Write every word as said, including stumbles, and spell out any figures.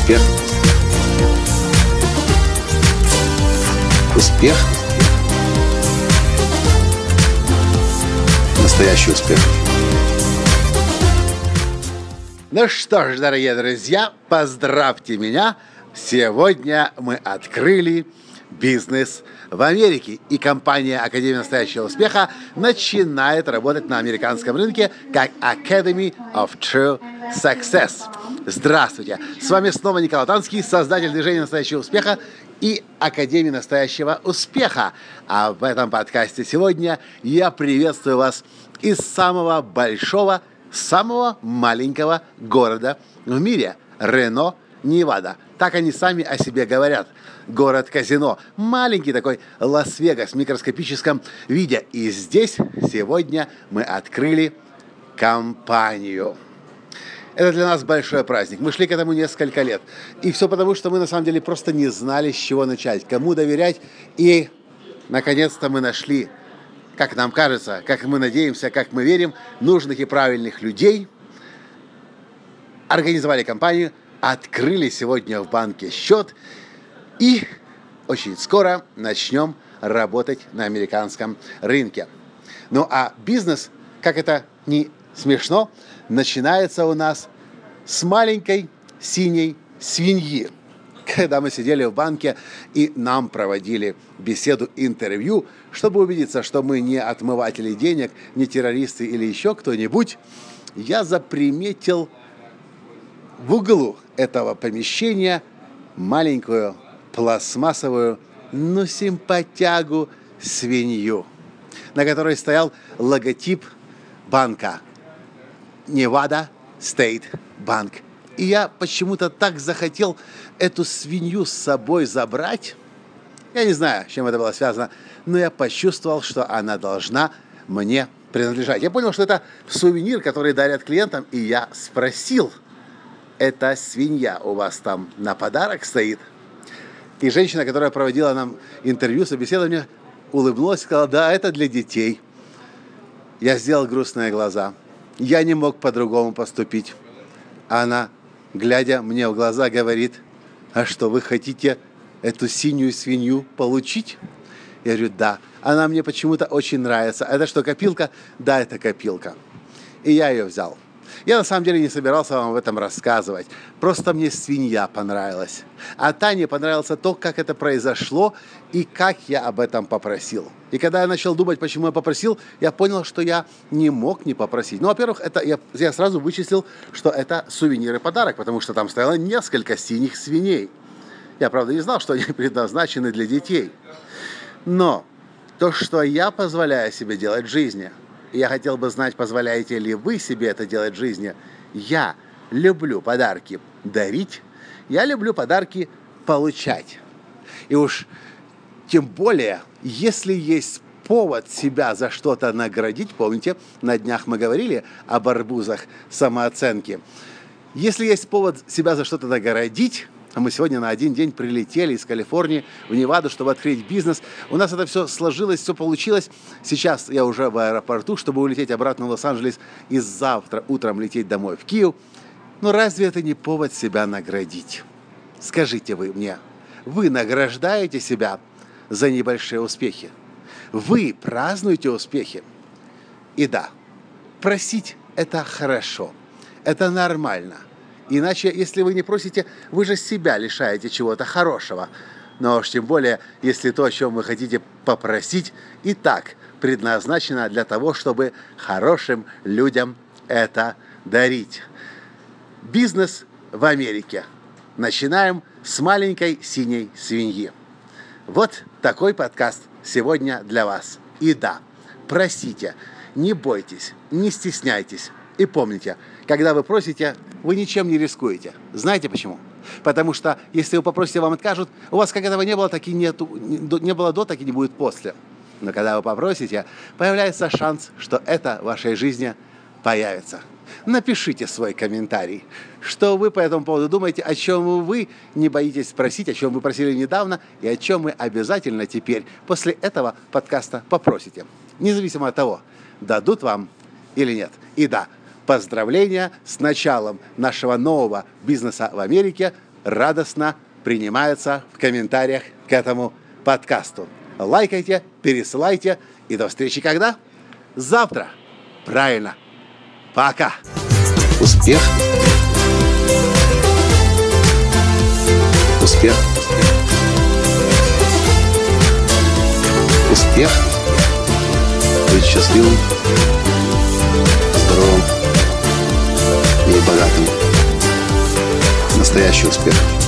Успех. Успех. Настоящий успех. Ну что ж, дорогие друзья, поздравьте меня. Сегодня мы открыли бизнес в Америке. И компания Академия настоящего успеха начинает работать на американском рынке как Academy of True Success. Здравствуйте! С вами снова Николай Танский, создатель движения настоящего успеха и Академии настоящего успеха. А в этом подкасте сегодня я приветствую вас из самого большого, самого маленького города в мире – Рено, Невада. Так они сами о себе говорят. Город-казино. Маленький такой Лас-Вегас в микроскопическом виде. И здесь сегодня мы открыли компанию. Это для нас большой праздник. Мы шли к этому несколько лет. И все потому, что мы на самом деле просто не знали, с чего начать, кому доверять. И, наконец-то, мы нашли, как нам кажется, как мы надеемся, как мы верим, нужных и правильных людей. Организовали компанию, открыли сегодня в банке счет. И очень скоро начнем работать на американском рынке. Ну а бизнес, как это ни смешно, начинается у нас с маленькой синей свиньи. Когда мы сидели в банке и нам проводили беседу, интервью, чтобы убедиться, что мы не отмыватели денег, не террористы или еще кто-нибудь, я заприметил в углу этого помещения маленькую пластмассовую, ну, симпатягу свинью, на которой стоял логотип банка Nevada State Bank. И я почему-то так захотел эту свинью с собой забрать. Я не знаю, с чем это было связано, но я почувствовал, что она должна мне принадлежать. Я понял, что это сувенир, который дарят клиентам, и я спросил: эта свинья у вас там на подарок стоит? И женщина, которая проводила нам интервью, собеседование, улыбнулась и сказала: да, это для детей. Я сделал грустные глаза. Я не мог по-другому поступить. Она, глядя мне в глаза, говорит: а что, вы хотите эту синюю свинью получить? Я говорю: да. Она мне почему-то очень нравится. Это что, копилка? Да, это копилка. И я ее взял. Я на самом деле не собирался вам об этом рассказывать. Просто мне свинья понравилась. А Тане понравилось то, как это произошло и как я об этом попросил. И когда я начал думать, почему я попросил, я понял, что я не мог не попросить. Ну, во-первых, это я, я сразу вычислил, что это сувенир и подарок, потому что там стояло несколько синих свиней. Я, правда, не знал, что они предназначены для детей. Но то, что я позволяю себе делать в жизни, я хотел бы знать, позволяете ли вы себе это делать в жизни. Я люблю подарки дарить, я люблю подарки получать. И уж тем более, если есть повод себя за что-то наградить, помните, на днях мы говорили об арбузах самооценки. Если есть повод себя за что-то наградить, а мы сегодня на один день прилетели из Калифорнии в Неваду, чтобы открыть бизнес. У нас это все сложилось, все получилось. Сейчас я уже в аэропорту, чтобы улететь обратно в Лос-Анджелес и завтра утром лететь домой в Киев. Но разве это не повод себя наградить? Скажите вы мне, вы награждаете себя за небольшие успехи? Вы празднуете успехи? И да, просить – это хорошо, это нормально. Иначе, если вы не просите, вы же себя лишаете чего-то хорошего. Но уж тем более, если то, о чем вы хотите попросить, и так предназначено для того, чтобы хорошим людям это дарить. Бизнес в Америке. Начинаем с маленькой синей свиньи. Вот такой подкаст сегодня для вас. И да, просите, не бойтесь, не стесняйтесь. И помните, когда вы просите, вы ничем не рискуете. Знаете почему? Потому что, если вы попросите, вам откажут, у вас как этого не было, так и нету, не было до, так и не будет после. Но когда вы попросите, появляется шанс, что это в вашей жизни появится. Напишите свой комментарий, что вы по этому поводу думаете, о чем вы не боитесь спросить, о чем вы просили недавно, и о чем вы обязательно теперь после этого подкаста попросите. Независимо от того, дадут вам или нет. И да, поздравления с началом нашего нового бизнеса в Америке. радостно принимаются в комментариях к этому подкасту. Лайкайте, пересылайте. И до встречи когда? Завтра. Правильно. Пока. Успех. Успех. Успех. Быть счастливым, здоровым и богатым. Настоящий успех.